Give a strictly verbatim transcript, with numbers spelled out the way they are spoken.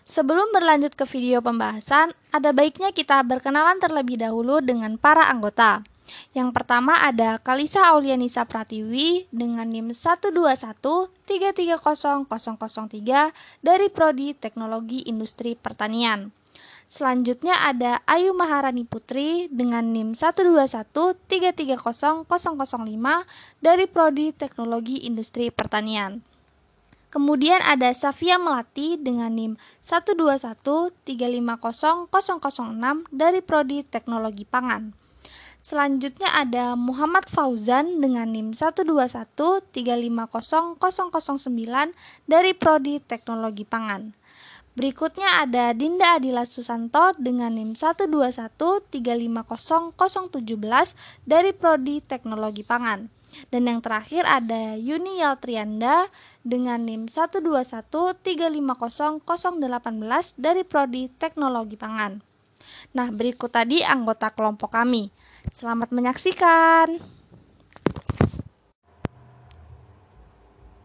Sebelum berlanjut ke video pembahasan, ada baiknya kita berkenalan terlebih dahulu dengan para anggota. Yang pertama ada Kalisa Aulianisa Pratiwi dengan NIM satu dua satu tiga tiga nol nol nol tiga dari Prodi Teknologi Industri Pertanian. Selanjutnya ada Ayu Maharani Putri dengan NIM satu dua satu tiga tiga nol nol nol lima dari Prodi Teknologi Industri Pertanian. Kemudian ada Safia Melati dengan NIM satu dua satu tiga lima nol nol nol enam dari Prodi Teknologi Pangan. Selanjutnya ada Muhammad Fauzan dengan NIM satu dua satu tiga lima nol nol nol sembilan dari Prodi Teknologi Pangan. Berikutnya ada Dinda Adila Susanto dengan NIM satu dua satu tiga lima nol nol tujuh dari Prodi Teknologi Pangan. Dan yang terakhir ada Yuni Yaltrianda dengan NIM satu dua satu tiga lima nol nol delapan dari Prodi Teknologi Pangan. Nah, berikut tadi anggota kelompok kami. Selamat menyaksikan.